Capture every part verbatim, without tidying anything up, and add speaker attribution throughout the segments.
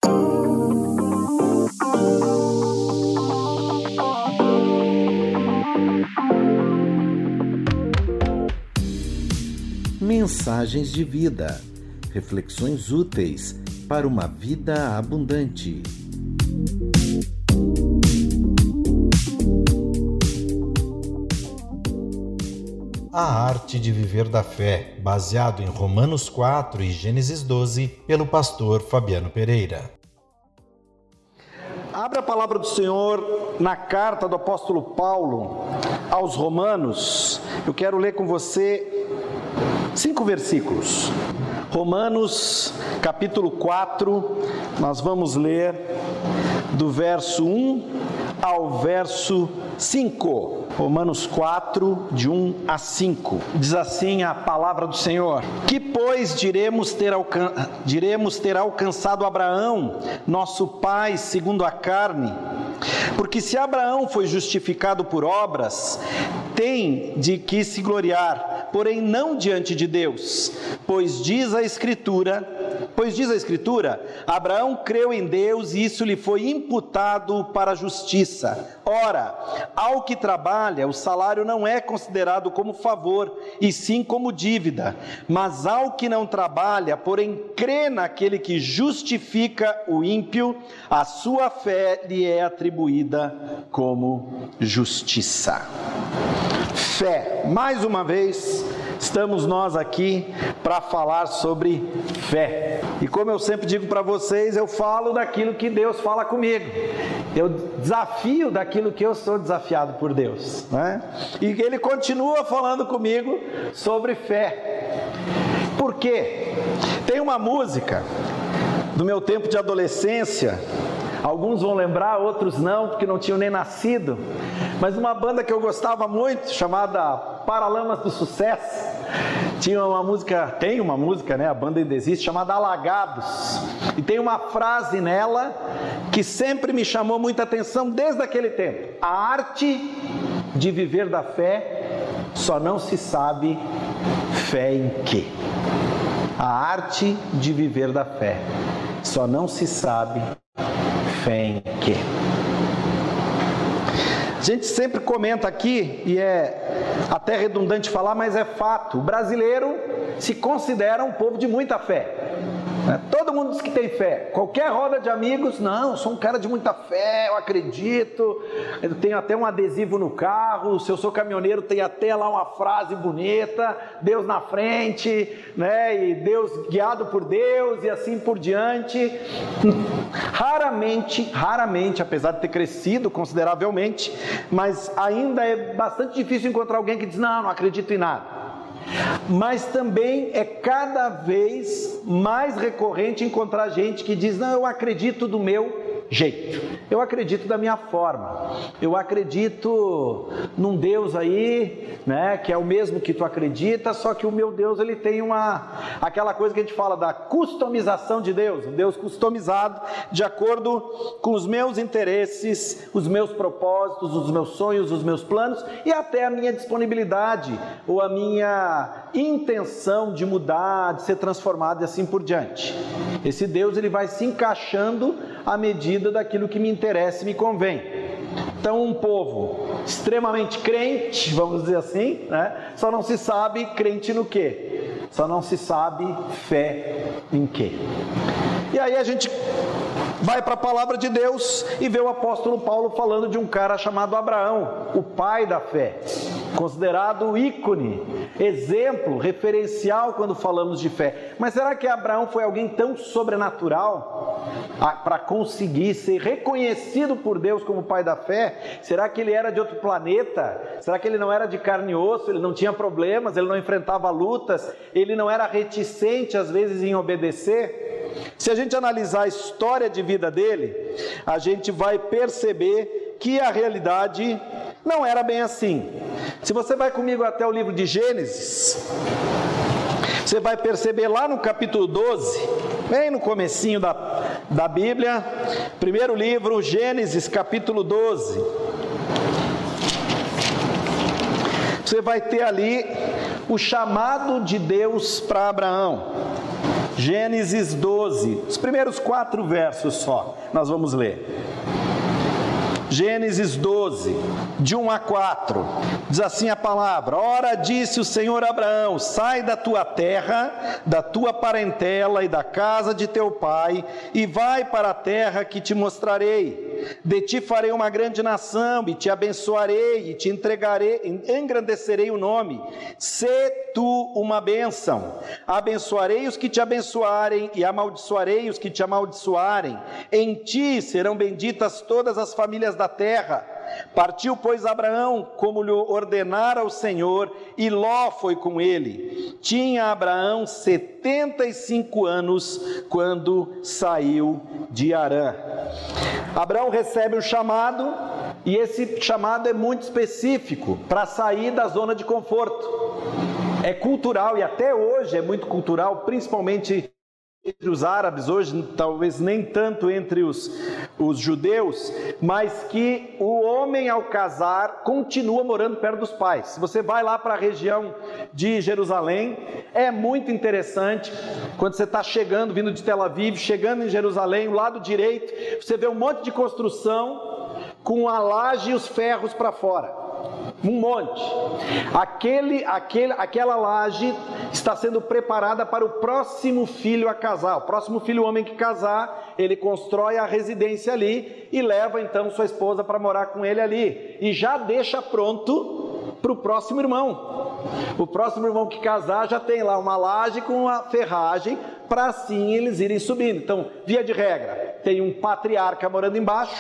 Speaker 1: Mensagens de vida, reflexões úteis para uma vida abundante. A arte de viver da fé, baseado em Romanos quatro e Gênesis doze, pelo pastor Fabiano Pereira.
Speaker 2: Abra a palavra do Senhor na carta do apóstolo Paulo aos Romanos. Eu quero ler com você cinco versículos. Romanos, capítulo quatro, nós vamos ler do verso um ao verso cinco. Romanos quatro, de um a cinco. Diz assim a palavra do Senhor: Que, pois, diremos ter, alcan... diremos ter alcançado Abraão, nosso pai, segundo a carne? Porque se Abraão foi justificado por obras, tem de que se gloriar, porém não diante de Deus, pois diz a Escritura, pois diz a Escritura, Abraão creu em Deus e isso lhe foi imputado para a justiça. Ora, ao que trabalha, o salário não é considerado como favor, e sim como dívida, mas ao que não trabalha, porém crê naquele que justifica o ímpio, a sua fé lhe é atribuída como justiça. Fé, mais uma vez, estamos nós aqui para falar sobre fé. E como eu sempre digo para vocês, eu falo daquilo que Deus fala comigo. Eu desafio daquilo que eu sou desafiado por Deus, né? E Ele continua falando comigo sobre fé. Por quê? Tem uma música do meu tempo de adolescência. Alguns vão lembrar, outros não, porque não tinham nem nascido. Mas uma banda que eu gostava muito, chamada Paralamas do Sucesso, tinha uma música, tem uma música, né? A banda ainda existe, chamada Alagados. E tem uma frase nela que sempre me chamou muita atenção desde aquele tempo: a arte de viver da fé só não se sabe fé em quê. A arte de viver da fé só não se sabe fé em quê? A gente sempre comenta aqui, e é até redundante falar, mas é fato, o brasileiro se considera um povo de muita fé. Todo mundo diz que tem fé. Qualquer roda de amigos, não, eu sou um cara de muita fé, eu acredito, eu tenho até um adesivo no carro, se eu sou caminhoneiro tem até lá uma frase bonita, Deus na frente, né, e Deus guiado por Deus e assim por diante. Raramente, raramente, apesar de ter crescido consideravelmente, mas ainda é bastante difícil encontrar alguém que diz, não, não acredito em nada. Mas também é cada vez mais recorrente encontrar gente que diz, não, eu acredito do meu jeito, eu acredito da minha forma, eu acredito num Deus aí, né, que é o mesmo que tu acredita, só que o meu Deus, ele tem uma, aquela coisa que a gente fala da customização de Deus, um Deus customizado de acordo com os meus interesses, os meus propósitos, os meus sonhos, os meus planos e até a minha disponibilidade ou a minha intenção de mudar, de ser transformado e assim por diante. Esse Deus, ele vai se encaixando à medida daquilo que me interessa e me convém. Então, um povo extremamente crente, vamos dizer assim, né? Só não se sabe crente no quê? Só não se sabe fé em quê? E aí a gente vai para a palavra de Deus e vê o apóstolo Paulo falando de um cara chamado Abraão, o pai da fé, considerado ícone, exemplo, referencial quando falamos de fé. Mas será que Abraão foi alguém tão sobrenatural para conseguir ser reconhecido por Deus como pai da fé? Será que ele era de outro planeta? Será que ele não era de carne e osso? Ele não tinha problemas? Ele não enfrentava lutas? Ele não era reticente às vezes em obedecer? Se a gente analisar a história de vida dele, a gente vai perceber que a realidade não era bem assim. Se você vai comigo até o livro de Gênesis, você vai perceber lá no capítulo doze, bem no comecinho da, da Bíblia, primeiro livro, Gênesis, capítulo doze. Você vai ter ali o chamado de Deus para Abraão. Gênesis doze, os primeiros quatro versos só, nós vamos ler. Gênesis doze, de um a quatro, diz assim a palavra: Ora disse o Senhor a Abraão: sai da tua terra, da tua parentela e da casa de teu pai, e vai para a terra que te mostrarei. De ti farei uma grande nação, e te abençoarei, e te entregarei, engrandecerei o nome. Sê tu uma bênção. Abençoarei os que te abençoarem, e amaldiçoarei os que te amaldiçoarem. Em ti serão benditas todas as famílias da terra. Partiu, pois, Abraão, como lhe ordenara o Senhor, e Ló foi com ele. Tinha Abraão setenta e cinco anos quando saiu de Harã. Abraão recebe um chamado, e esse chamado é muito específico, para sair da zona de conforto. É cultural, e até hoje é muito cultural, principalmente entre os árabes, hoje talvez nem tanto entre os, os judeus, mas que o homem ao casar continua morando perto dos pais. Se você vai lá para a região de Jerusalém, é muito interessante, quando você está chegando, vindo de Tel Aviv, chegando em Jerusalém, o lado direito, você vê um monte de construção com a laje e os ferros para fora. Um monte. Aquele, aquele, aquela laje está sendo preparada para o próximo filho a casar. O próximo filho homem que casar, ele constrói a residência ali e leva então sua esposa para morar com ele ali. E já deixa pronto para o próximo irmão. O próximo irmão que casar já tem lá uma laje com a ferragem para assim eles irem subindo. Então, via de regra, tem um patriarca morando embaixo,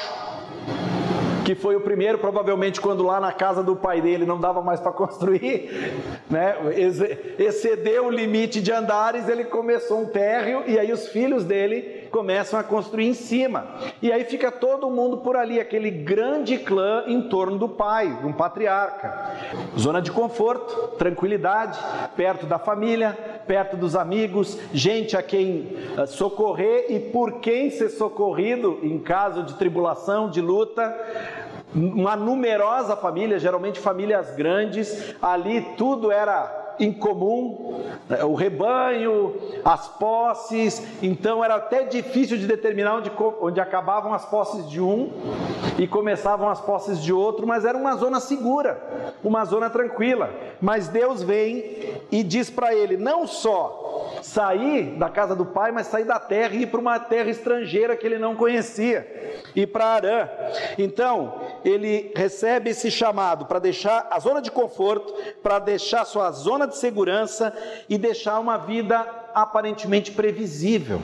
Speaker 2: que foi o primeiro, provavelmente quando lá na casa do pai dele não dava mais para construir, né? Excedeu o limite de andares, ele começou um térreo, e aí os filhos dele começam a construir em cima, e aí fica todo mundo por ali, aquele grande clã em torno do pai, um patriarca. Zona de conforto, tranquilidade, perto da família, perto dos amigos, gente a quem socorrer e por quem ser socorrido em caso de tribulação, de luta. Uma numerosa família, geralmente famílias grandes, ali tudo era em comum, o rebanho, as posses, então era até difícil de determinar onde, onde acabavam as posses de um e começavam as posses de outro, mas era uma zona segura, uma zona tranquila. Mas Deus vem e diz para ele, não só sair da casa do pai, mas sair da terra e ir para uma terra estrangeira que ele não conhecia, ir para Harã. Então, ele recebe esse chamado para deixar a zona de conforto, para deixar sua zona de segurança e deixar uma vida aparentemente previsível.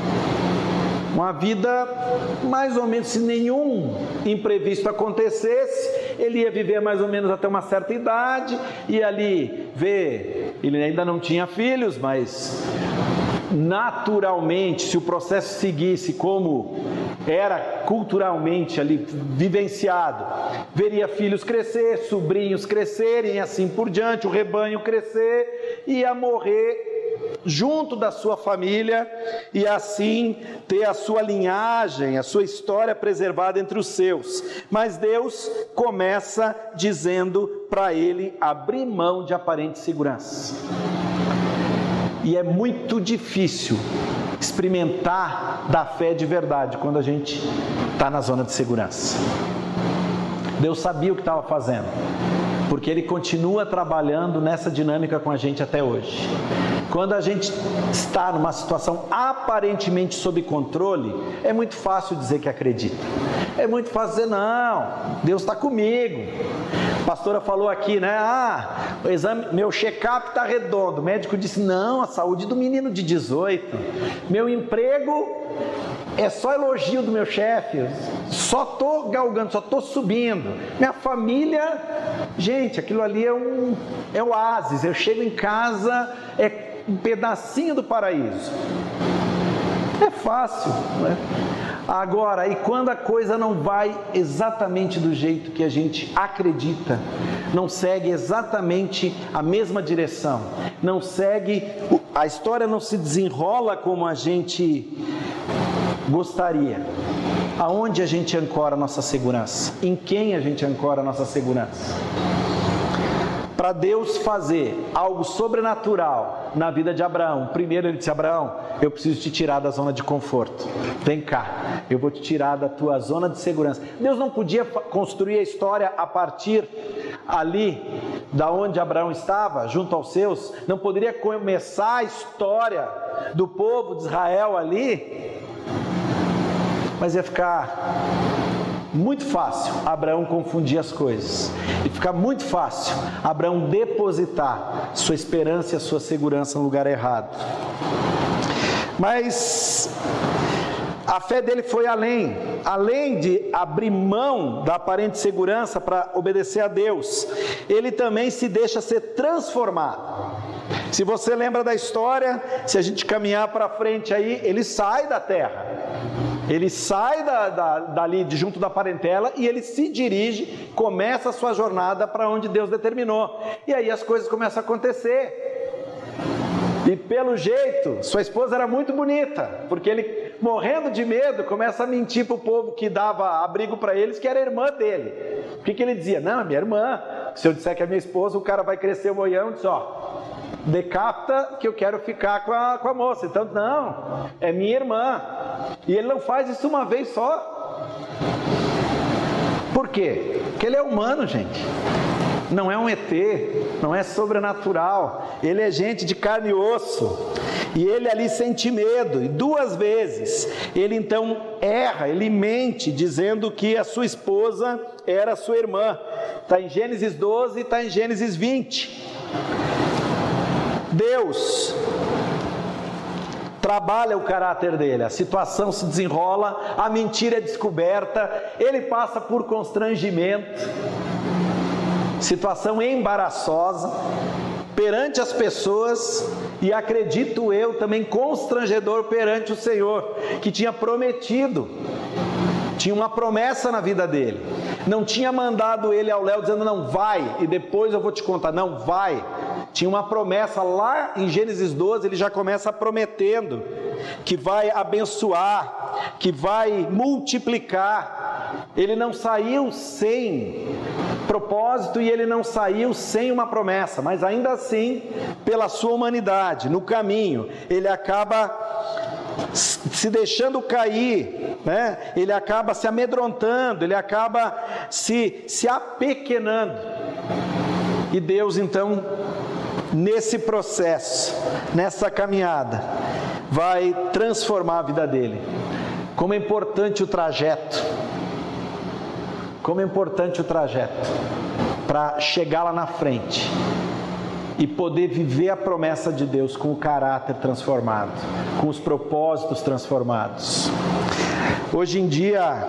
Speaker 2: Uma vida mais ou menos, se nenhum imprevisto acontecesse, ele ia viver mais ou menos até uma certa idade, e ali ver, ele ainda não tinha filhos, mas naturalmente, se o processo seguisse como era culturalmente ali vivenciado, veria filhos crescer, sobrinhos crescerem e assim por diante, o rebanho crescer, e ia morrer junto da sua família e assim ter a sua linhagem, a sua história preservada entre os seus. Mas Deus começa dizendo para ele abrir mão de aparente segurança. E é muito difícil experimentar da fé de verdade quando a gente está na zona de segurança. Deus sabia o que estava fazendo, porque Ele continua trabalhando nessa dinâmica com a gente até hoje. Quando a gente está numa situação aparentemente sob controle, é muito fácil dizer que acredita. É muito fácil dizer, não, Deus está comigo. A pastora falou aqui, né? Ah, o exame, meu check-up está redondo. O médico disse, não, a saúde do menino de dezoito. Meu emprego é só elogio do meu chefe. Só estou galgando, só estou subindo. Minha família, gente, aquilo ali é um é oásis. Eu chego em casa, é um pedacinho do paraíso. É fácil, né? Agora, e quando a coisa não vai exatamente do jeito que a gente acredita, não segue exatamente a mesma direção, não segue, a história não se desenrola como a gente gostaria, aonde a gente ancora a nossa segurança? Em quem a gente ancora a nossa segurança? Para Deus fazer algo sobrenatural na vida de Abraão. Primeiro ele disse: Abraão, eu preciso te tirar da zona de conforto. Vem cá, eu vou te tirar da tua zona de segurança. Deus não podia construir a história a partir ali, da onde Abraão estava, junto aos seus? Não poderia começar a história do povo de Israel ali? Mas ia ficar muito fácil Abraão confundir as coisas, e fica muito fácil Abraão depositar sua esperança e a sua segurança no lugar errado. Mas a fé dele foi além, além de abrir mão da aparente segurança para obedecer a Deus, ele também se deixa ser transformado. Se você lembra da história, se a gente caminhar para frente aí, ele sai da terra. Ele sai da, da, dali de junto da parentela e ele se dirige, começa a sua jornada para onde Deus determinou. E aí as coisas começam a acontecer. E pelo jeito, sua esposa era muito bonita, porque ele, morrendo de medo, começa a mentir para o povo que dava abrigo para eles, que era a irmã dele. O que, que ele dizia? Não, é minha irmã. Se eu disser que é minha esposa, o cara vai crescer o moião e diz: ó, decapita que eu quero ficar com a, com a moça. Então, não, é minha irmã. E ele não faz isso uma vez só. Por quê? Porque ele é humano, gente. Não é um E T, não é sobrenatural. Ele é gente de carne e osso. E ele ali sente medo. E duas vezes ele então erra, ele mente, dizendo que a sua esposa era sua irmã. Está em Gênesis doze e está em Gênesis vinte. Deus trabalha o caráter dele, a situação se desenrola, a mentira é descoberta, ele passa por constrangimento, situação embaraçosa perante as pessoas, e acredito eu também constrangedor perante o Senhor, que tinha prometido, tinha uma promessa na vida dele, não tinha mandado ele ao léu dizendo: não, vai, e depois eu vou te contar. Não, vai. Tinha uma promessa lá em Gênesis doze, ele já começa prometendo que vai abençoar, que vai multiplicar. Ele não saiu sem propósito e ele não saiu sem uma promessa, mas ainda assim, pela sua humanidade, no caminho, ele acaba se deixando cair, né? Ele acaba se amedrontando, ele acaba se, se apequenando. E Deus então, nesse processo, nessa caminhada, vai transformar a vida dele. Como é importante o trajeto, como é importante o trajeto, para chegar lá na frente e poder viver a promessa de Deus com o caráter transformado, com os propósitos transformados. Hoje em dia,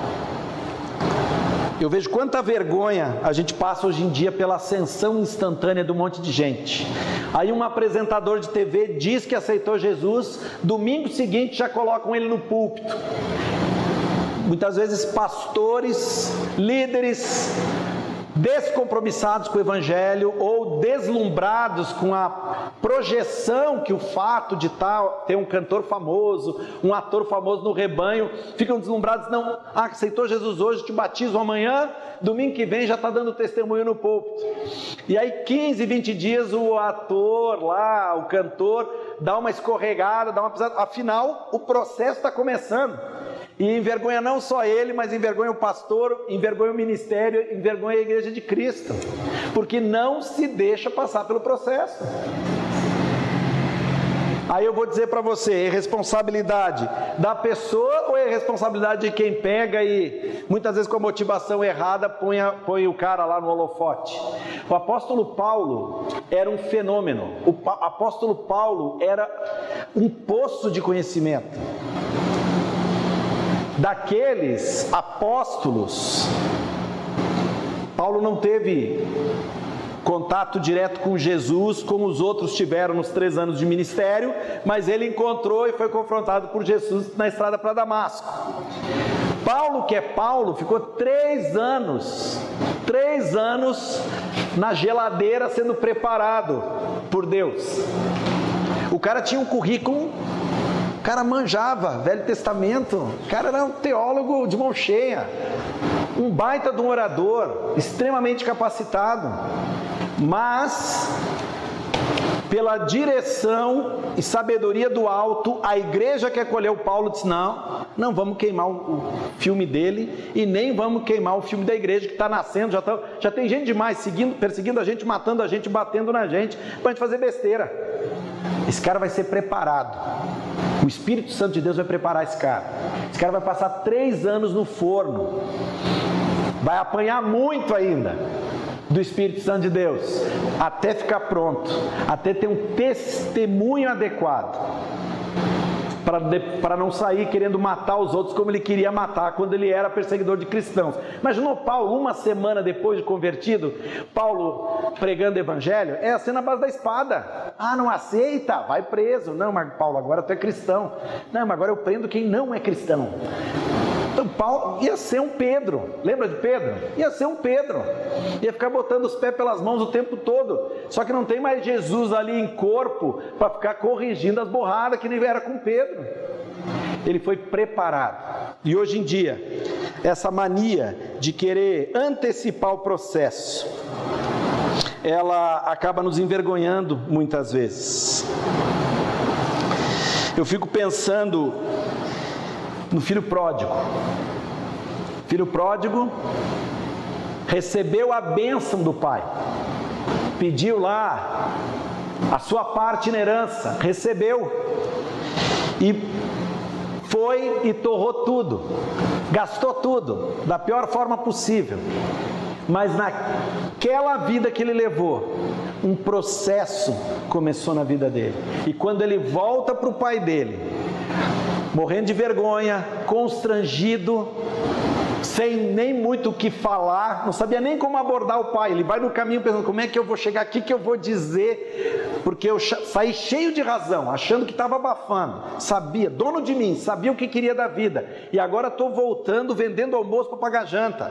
Speaker 2: eu vejo quanta vergonha a gente passa hoje em dia pela ascensão instantânea de um monte de gente. Aí um apresentador de T V diz que aceitou Jesus, domingo seguinte já colocam ele no púlpito. Muitas vezes pastores, líderes descompromissados com o Evangelho ou deslumbrados com a projeção que o fato de tal, ter um cantor famoso, um ator famoso no rebanho, ficam deslumbrados. Não, ah, aceitou Jesus hoje, te batizo amanhã, domingo que vem já está dando testemunho no púlpito. E aí quinze, vinte dias o ator lá, o cantor, dá uma escorregada, dá uma pisada, afinal o processo está começando. E envergonha não só ele, mas envergonha o pastor, envergonha o ministério, envergonha a igreja de Cristo, porque não se deixa passar pelo processo. Aí eu vou dizer para você, é responsabilidade da pessoa ou é responsabilidade de quem pega e muitas vezes com a motivação errada põe, a, põe o cara lá no holofote? O apóstolo Paulo era um fenômeno, o pa, apóstolo Paulo era um poço de conhecimento. Daqueles apóstolos, Paulo não teve contato direto com Jesus como os outros tiveram nos três anos de ministério, mas ele encontrou e foi confrontado por Jesus na estrada para Damasco. Paulo, que é Paulo, ficou três anos, três anos na geladeira sendo preparado por Deus. O cara tinha um currículo, o cara manjava Velho Testamento, o cara era um teólogo de mão cheia, um baita de um orador, extremamente capacitado, mas pela direção e sabedoria do alto, a igreja que acolheu Paulo disse: não, não vamos queimar o filme dele e nem vamos queimar o filme da igreja que está nascendo, já, tá, já tem gente demais seguindo, perseguindo a gente, matando a gente, batendo na gente, para a gente fazer besteira. Esse cara vai ser preparado, o Espírito Santo de Deus vai preparar esse cara. Esse cara vai passar três anos no forno, vai apanhar muito ainda do Espírito Santo de Deus, até ficar pronto, até ter um testemunho adequado, para não sair querendo matar os outros como ele queria matar quando ele era perseguidor de cristãos. Imaginou Paulo, uma semana depois de convertido, Paulo pregando o evangelho? É assim na base da espada. Ah, não aceita? Vai preso. Não, mas Paulo, agora tu é cristão. Não, mas agora eu prendo quem não é cristão. Então Paulo ia ser um Pedro, lembra de Pedro? Ia ser um Pedro, ia ficar botando os pés pelas mãos o tempo todo, só que não tem mais Jesus ali em corpo para ficar corrigindo as borradas que nem era com Pedro. Ele foi preparado. E hoje em dia, essa mania de querer antecipar o processo, ela acaba nos envergonhando muitas vezes. Eu fico pensando no filho pródigo. Filho pródigo recebeu a bênção do pai, pediu lá a sua parte na herança, recebeu e foi e torrou tudo, gastou tudo da pior forma possível. Mas naquela vida que ele levou, um processo começou na vida dele, e quando ele volta para o pai dele, morrendo de vergonha, constrangido, sem nem muito o que falar, não sabia nem como abordar o pai. Ele vai no caminho pensando: como é que eu vou chegar aqui, que eu vou dizer, porque eu saí cheio de razão, achando que estava abafando, sabia, dono de mim, sabia o que queria da vida, e agora estou voltando, vendendo almoço para pagar janta.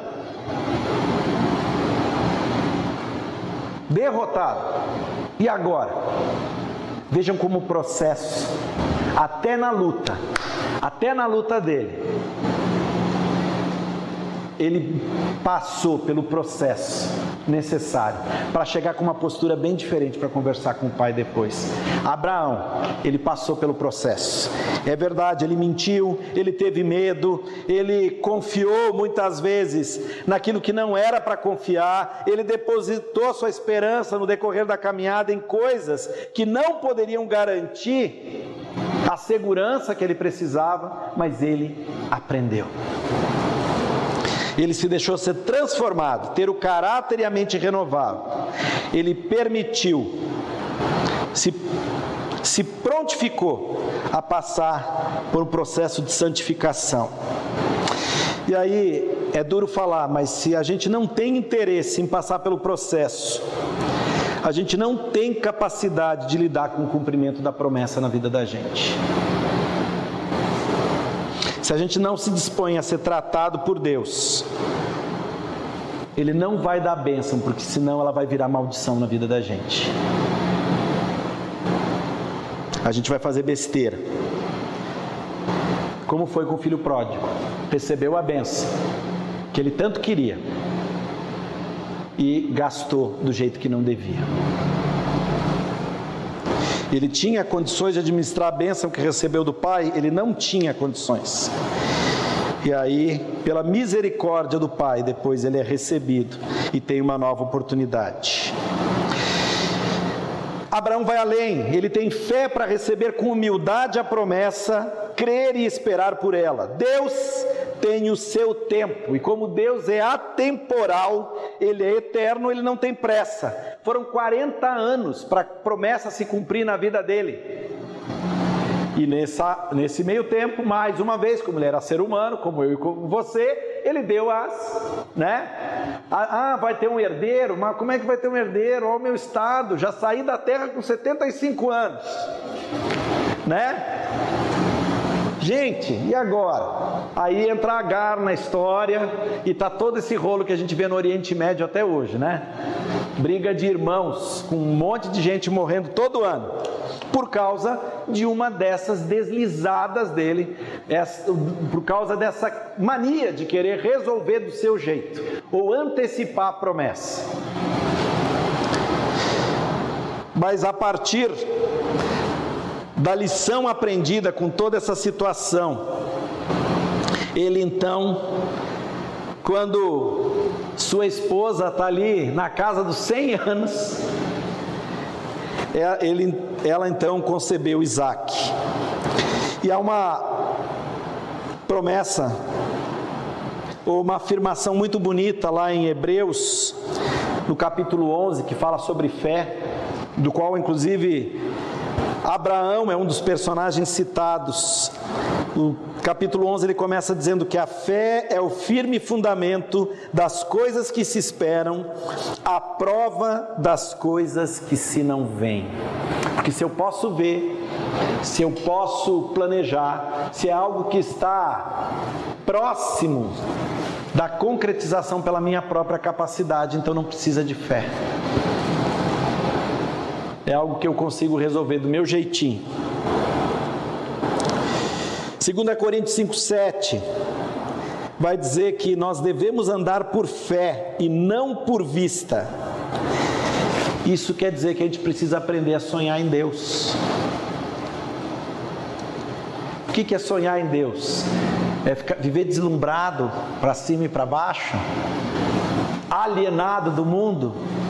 Speaker 2: Derrotado. E agora? Vejam como o processo, até na luta, até na luta dele, ele passou pelo processo necessário para chegar com uma postura bem diferente para conversar com o pai depois. Abraão, ele passou pelo processo. É verdade, ele mentiu, ele teve medo, ele confiou muitas vezes naquilo que não era para confiar, ele depositou sua esperança no decorrer da caminhada em coisas que não poderiam garantir a segurança que ele precisava, mas ele aprendeu. Ele se deixou ser transformado, ter o caráter e a mente renovado. Ele permitiu, se, se prontificou a passar por um processo de santificação. E aí, é duro falar, mas se a gente não tem interesse em passar pelo processo, a gente não tem capacidade de lidar com o cumprimento da promessa na vida da gente. Se a gente não se dispõe a ser tratado por Deus, Ele não vai dar bênção, porque senão ela vai virar maldição na vida da gente. A gente vai fazer besteira. Como foi com o filho pródigo? Recebeu a bênção que ele tanto queria e gastou do jeito que não devia. Ele tinha condições de administrar a bênção que recebeu do pai, ele não tinha condições. E aí, pela misericórdia do pai, depois ele é recebido e tem uma nova oportunidade. Abraão vai além, ele tem fé para receber com humildade a promessa, crer e esperar por ela. Deus tem o seu tempo, e como Deus é atemporal, Ele é eterno, Ele não tem pressa. Foram quarenta anos para a promessa se cumprir na vida dele. E nessa, nesse meio tempo, mais uma vez, como ele era ser humano, como eu e como você, ele deu as, né? Ah, vai ter um herdeiro, mas como é que vai ter um herdeiro? Olha o meu estado, já saí da terra com setenta e cinco anos, né? Gente, e agora? Aí entra Agar na história e tá todo esse rolo que a gente vê no Oriente Médio até hoje, né? Briga de irmãos, com um monte de gente morrendo todo ano, por causa de uma dessas deslizadas dele, por causa dessa mania de querer resolver do seu jeito, ou antecipar a promessa. Mas a partir da lição aprendida com toda essa situação, ele então, quando sua esposa está ali na casa dos cem anos, ele, ela então concebeu Isaac. E há uma promessa, ou uma afirmação muito bonita lá em Hebreus, no capítulo onze, que fala sobre fé, do qual inclusive Abraão é um dos personagens citados. O capítulo onze ele começa dizendo que a fé é o firme fundamento das coisas que se esperam, a prova das coisas que se não veem. Porque se eu posso ver, se eu posso planejar, se é algo que está próximo da concretização pela minha própria capacidade, então não precisa de fé. É algo que eu consigo resolver do meu jeitinho. dois Coríntios cinco, sete vai dizer que nós devemos andar por fé e não por vista. Isso quer dizer que a gente precisa aprender a sonhar em Deus. O que é sonhar em Deus? É ficar, viver deslumbrado para cima e para baixo? Alienado do mundo?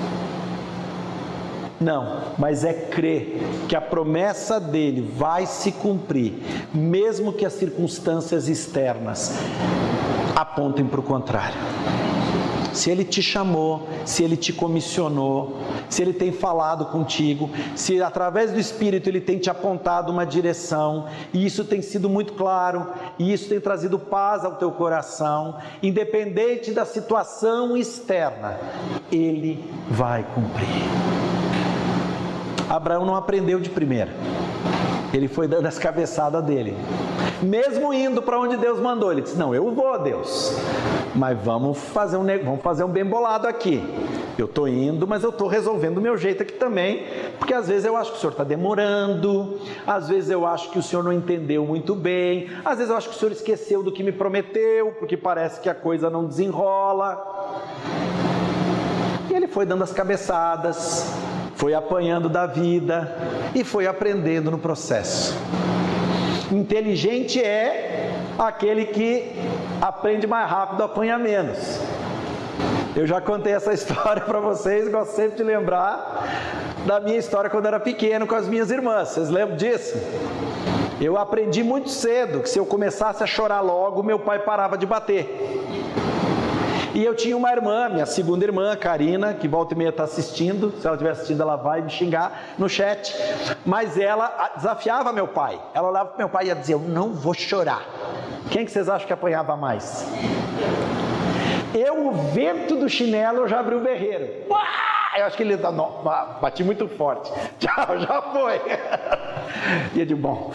Speaker 2: Não, mas é crer que a promessa dele vai se cumprir, mesmo que as circunstâncias externas apontem para o contrário. Se ele te chamou, se ele te comissionou, se ele tem falado contigo, se através do Espírito ele tem te apontado uma direção, e isso tem sido muito claro, e isso tem trazido paz ao teu coração, independente da situação externa, ele vai cumprir. Abraão não aprendeu de primeira, ele foi dando as cabeçadas dele, mesmo indo para onde Deus mandou. Ele disse: não, eu vou, Deus, mas vamos fazer um, vamos fazer um bem bolado aqui. Eu estou indo, mas eu estou resolvendo do meu jeito aqui também, porque às vezes eu acho que o Senhor está demorando, às vezes eu acho que o Senhor não entendeu muito bem, às vezes eu acho que o Senhor esqueceu do que me prometeu, porque parece que a coisa não desenrola. E ele foi dando as cabeçadas, foi apanhando da vida e foi aprendendo no processo. Inteligente é aquele que aprende mais rápido, apanha menos. Eu já contei essa história para vocês, gosto sempre de lembrar da minha história quando eu era pequeno com as minhas irmãs. Vocês lembram disso? Eu aprendi muito cedo que se eu começasse a chorar logo, meu pai parava de bater. E eu tinha uma irmã, minha segunda irmã, Karina, que volta e meia está assistindo. Se ela estiver assistindo, ela vai me xingar no chat. Mas ela desafiava meu pai. Ela olhava para meu pai e ia dizer: eu não vou chorar. Quem que vocês acham que apanhava mais? Eu, o vento do chinelo, eu já abri o berreiro. Eu acho que ele não, bati muito forte. Tchau, já foi. E eu digo: bom.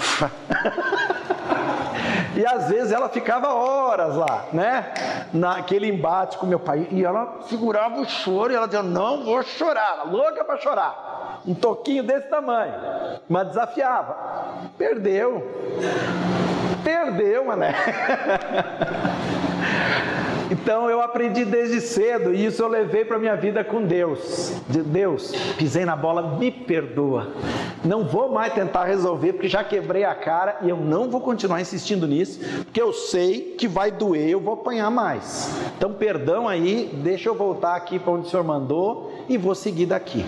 Speaker 2: E às vezes ela ficava horas lá, né? Naquele embate com meu pai. E ela segurava o choro e ela dizia: não vou chorar, louca para chorar. Um toquinho desse tamanho. Mas desafiava. Perdeu. Perdeu, mané. Então eu aprendi desde cedo, e isso eu levei para a minha vida com Deus. Deus, pisei na bola, me perdoa. Não vou mais tentar resolver, porque já quebrei a cara, e eu não vou continuar insistindo nisso, porque eu sei que vai doer, eu vou apanhar mais. Então perdão aí, deixa eu voltar aqui para onde o Senhor mandou, e vou seguir daqui.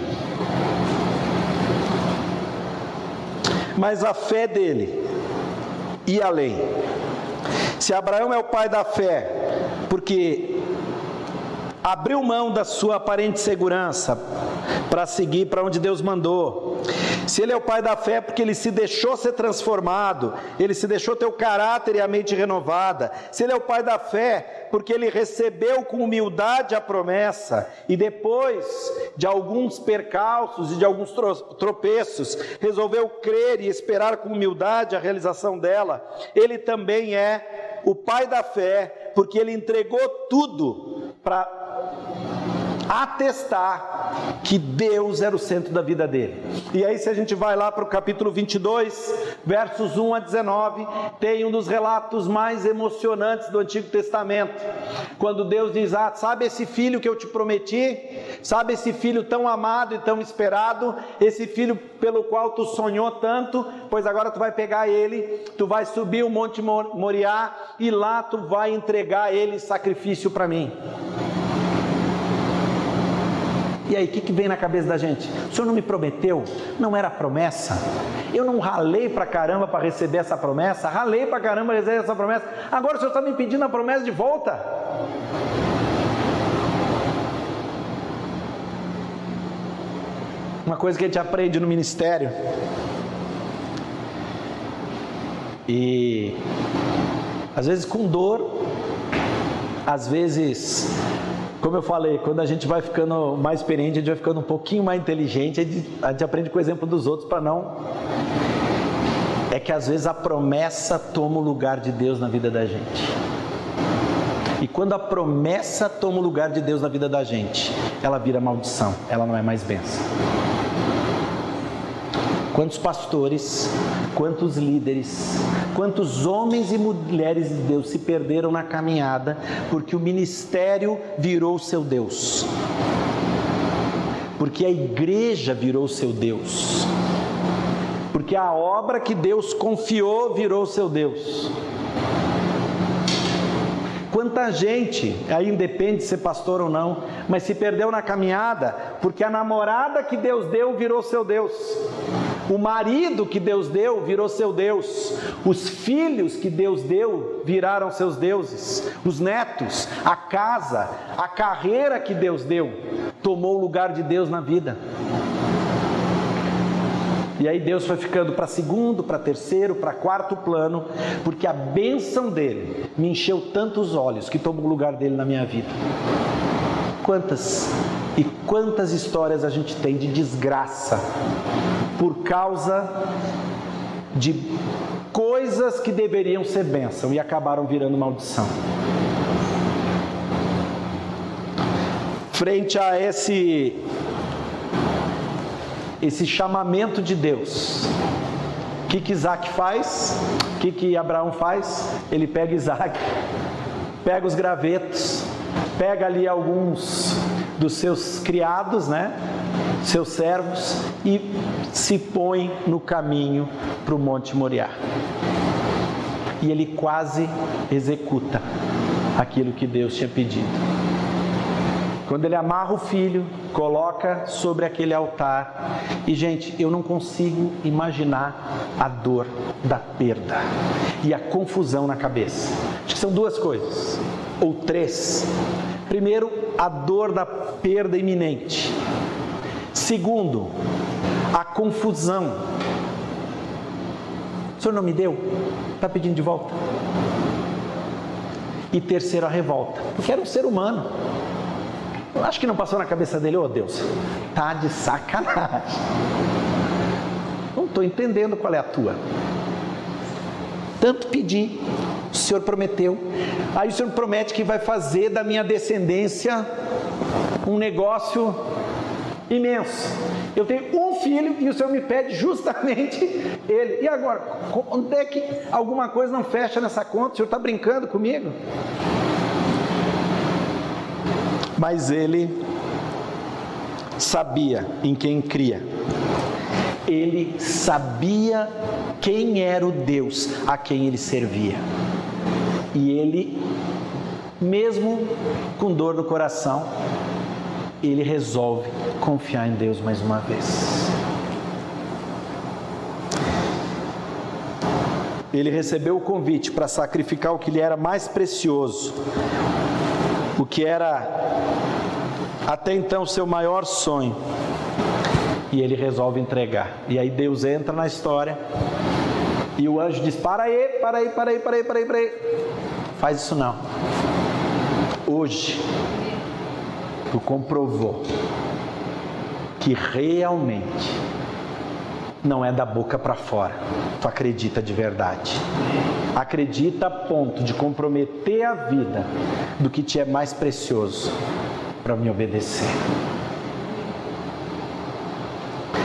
Speaker 2: Mas a fé dele ia além. Se Abraão é o pai da fé, porque abriu mão da sua aparente segurança para seguir para onde Deus mandou. Se ele é o pai da fé, porque ele se deixou ser transformado, ele se deixou ter o caráter e a mente renovada. Se ele é o pai da fé, porque ele recebeu com humildade a promessa, e depois de alguns percalços e de alguns tropeços, resolveu crer e esperar com humildade a realização dela. Ele também é o pai da fé, porque ele entregou tudo para atestar que Deus era o centro da vida dele. E aí, se a gente vai lá para o capítulo vinte e dois, versos um a dezenove, tem um dos relatos mais emocionantes do Antigo Testamento, quando Deus diz: ah, sabe esse filho que eu te prometi? Sabe esse filho tão amado e tão esperado? Esse filho pelo qual tu sonhou tanto? Pois agora tu vai pegar ele, tu vai subir o Monte Moriá e lá tu vai entregar ele em sacrifício para mim. E aí, o que, que vem na cabeça da gente? O Senhor não me prometeu? Não era promessa? Eu não ralei pra caramba para receber essa promessa? Ralei pra caramba para receber essa promessa? Agora o Senhor está me pedindo a promessa de volta? Uma coisa que a gente aprende no ministério, e às vezes com dor, às vezes, como eu falei, quando a gente vai ficando mais experiente, a gente vai ficando um pouquinho mais inteligente, a gente, a gente aprende com o exemplo dos outros para não... É que às vezes a promessa toma o lugar de Deus na vida da gente. E quando a promessa toma o lugar de Deus na vida da gente, ela vira maldição, ela não é mais bênção. Quantos pastores, quantos líderes, quantos homens e mulheres de Deus se perderam na caminhada porque o ministério virou seu Deus, porque a igreja virou seu Deus, porque a obra que Deus confiou virou seu Deus. Quanta gente, aí independe de ser pastor ou não, mas se perdeu na caminhada porque a namorada que Deus deu virou seu Deus. O marido que Deus deu virou seu Deus. Os filhos que Deus deu viraram seus deuses. Os netos, a casa, a carreira que Deus deu tomou o lugar de Deus na vida. E aí Deus foi ficando para segundo, para terceiro, para quarto plano, porque a bênção dele me encheu tantos olhos que tomou o lugar dele na minha vida. Quantas e quantas histórias a gente tem de desgraça por causa de coisas que deveriam ser bênção e acabaram virando maldição. Frente a esse esse chamamento de Deus, o que que Isaac faz? O que que Abraão faz? Ele pega Isaac, pega os gravetos, pega ali alguns dos seus criados, né? Seus servos, e se põe no caminho para o Monte Moriá. E ele quase executa aquilo que Deus tinha pedido. Quando ele amarra o filho, coloca sobre aquele altar, e gente, eu não consigo imaginar a dor da perda e a confusão na cabeça. Acho que são duas coisas, ou três. Primeiro, a dor da perda iminente. Segundo, a confusão. O Senhor não me deu? Está pedindo de volta? E terceiro, a revolta, porque era um ser humano. Eu acho que não passou na cabeça dele: ô Deus, tá de sacanagem, não estou entendendo qual é a tua. Tanto pedi, o Senhor prometeu, aí o Senhor promete que vai fazer da minha descendência um negócio imenso. Eu tenho um filho e o Senhor me pede justamente ele. E agora, onde é que alguma coisa não fecha nessa conta? O Senhor está brincando comigo? Mas ele sabia em quem cria. Ele sabia quem era o Deus a quem ele servia. E ele, mesmo com dor no coração, ele resolve confiar em Deus mais uma vez. Ele recebeu o convite para sacrificar o que lhe era mais precioso, o que era até então seu maior sonho, e ele resolve entregar. E aí Deus entra na história e o anjo diz: para aí, para aí, para aí, para aí, para aí, para aí. Faz isso não. Hoje tu comprovou que realmente não é da boca para fora, tu acredita de verdade, acredita a ponto de comprometer a vida do que te é mais precioso para me obedecer.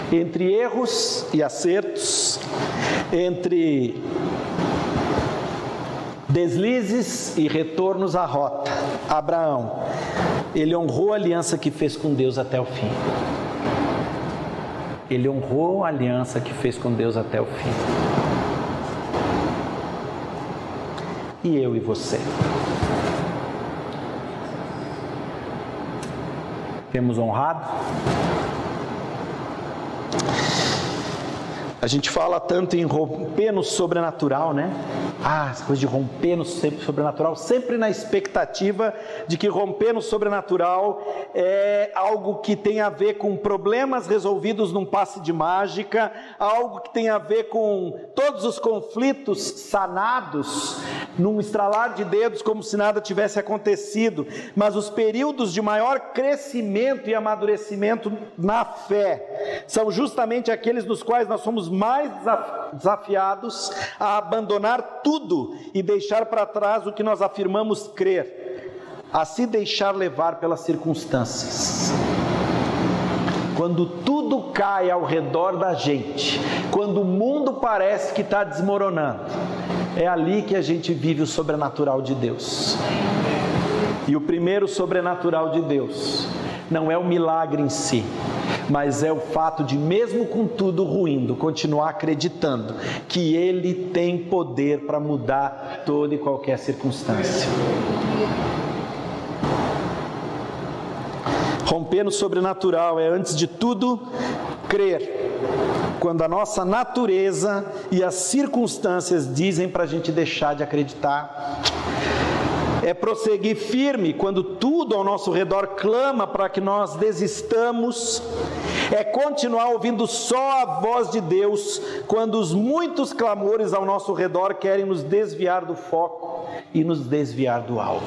Speaker 2: entre erros e acertos, entre deslizes e retornos à rota. Abraão, ele honrou a aliança que fez com Deus até o fim. Ele honrou a aliança que fez com Deus até o fim. E eu e você? Temos honrado? A gente fala tanto em romper no sobrenatural, né? Ah, essa coisa de romper no sobrenatural, sempre na expectativa de que romper no sobrenatural é algo que tem a ver com problemas resolvidos num passe de mágica, algo que tem a ver com todos os conflitos sanados num estralar de dedos, como se nada tivesse acontecido. Mas os períodos de maior crescimento e amadurecimento na fé são justamente aqueles nos quais nós somos mais desafiados a abandonar tudo e deixar para trás o que nós afirmamos crer, a se deixar levar pelas circunstâncias. Quando tudo cai ao redor da gente, quando o mundo parece que está desmoronando, é ali que a gente vive o sobrenatural de Deus. E o primeiro sobrenatural de Deus não é o milagre em si, mas é o fato de, mesmo com tudo ruindo, continuar acreditando que Ele tem poder para mudar toda e qualquer circunstância. Romper no sobrenatural é, antes de tudo, crer, quando a nossa natureza e as circunstâncias dizem para a gente deixar de acreditar. É prosseguir firme quando tudo ao nosso redor clama para que nós desistamos. É continuar ouvindo só a voz de Deus quando os muitos clamores ao nosso redor querem nos desviar do foco e nos desviar do alvo.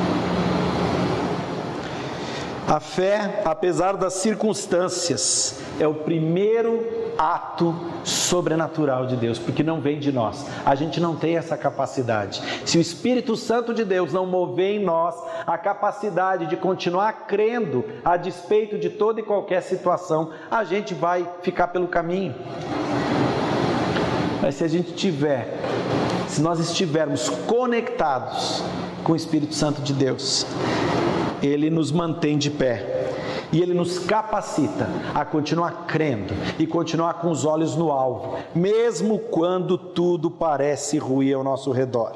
Speaker 2: A fé, apesar das circunstâncias, é o primeiro ato sobrenatural de Deus, porque não vem de nós. A gente não tem essa capacidade. Se o Espírito Santo de Deus não mover em nós a capacidade de continuar crendo a despeito de toda e qualquer situação, a gente vai ficar pelo caminho. Mas se a gente tiver, se nós estivermos conectados com o Espírito Santo de Deus, Ele nos mantém de pé. E Ele nos capacita a continuar crendo e continuar com os olhos no alvo, mesmo quando tudo parece ruir ao nosso redor.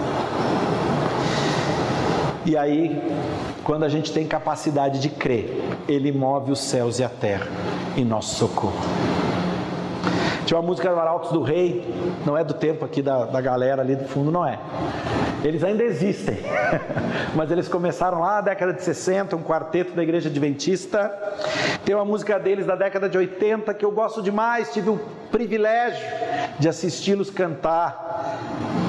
Speaker 2: E aí, quando a gente tem capacidade de crer, Ele move os céus e a terra em nosso socorro. Tinha uma música do Arautos do Rei, não é do tempo aqui da, da galera ali do fundo, não é. Eles ainda existem, mas eles começaram lá na década de sessenta, um quarteto da Igreja Adventista. Tem uma música deles da década de oitenta que eu gosto demais, tive o privilégio de assisti-los cantar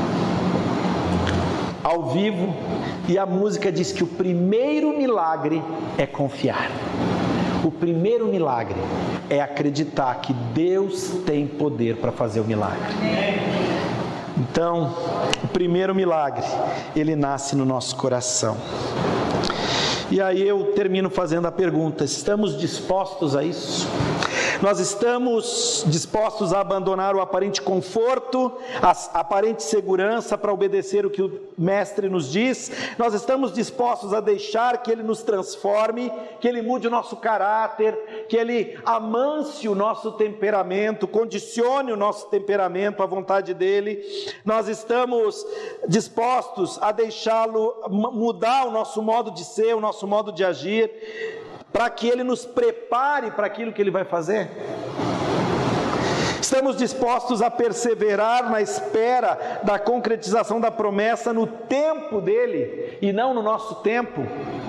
Speaker 2: ao vivo, e a música diz que o primeiro milagre é confiar. O primeiro milagre é acreditar que Deus tem poder para fazer o milagre. Então, o primeiro milagre, ele nasce no nosso coração. E aí eu termino fazendo a pergunta: estamos dispostos a isso? Nós estamos dispostos a abandonar o aparente conforto, a aparente segurança para obedecer o que o Mestre nos diz? Nós estamos dispostos a deixar que Ele nos transforme, que Ele mude o nosso caráter, que Ele amanse o nosso temperamento, condicione o nosso temperamento à vontade dEle? Nós estamos dispostos a deixá-lo mudar o nosso modo de ser, o nosso modo de agir, para que Ele nos prepare para aquilo que Ele vai fazer? Estamos dispostos a perseverar na espera da concretização da promessa no tempo dEle e não no nosso tempo?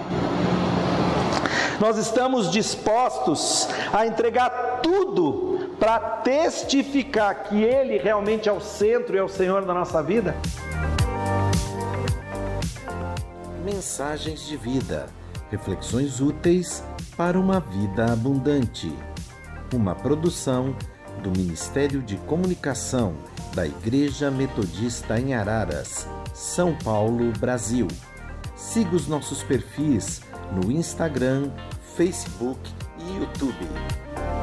Speaker 2: Nós estamos dispostos a entregar tudo para testificar que Ele realmente é o centro e é o Senhor da nossa vida?
Speaker 1: Mensagens de vida. Reflexões úteis para uma vida abundante. Uma produção do Ministério de Comunicação da Igreja Metodista em Araras, São Paulo, Brasil. Siga os nossos perfis no Instagram, Facebook e YouTube.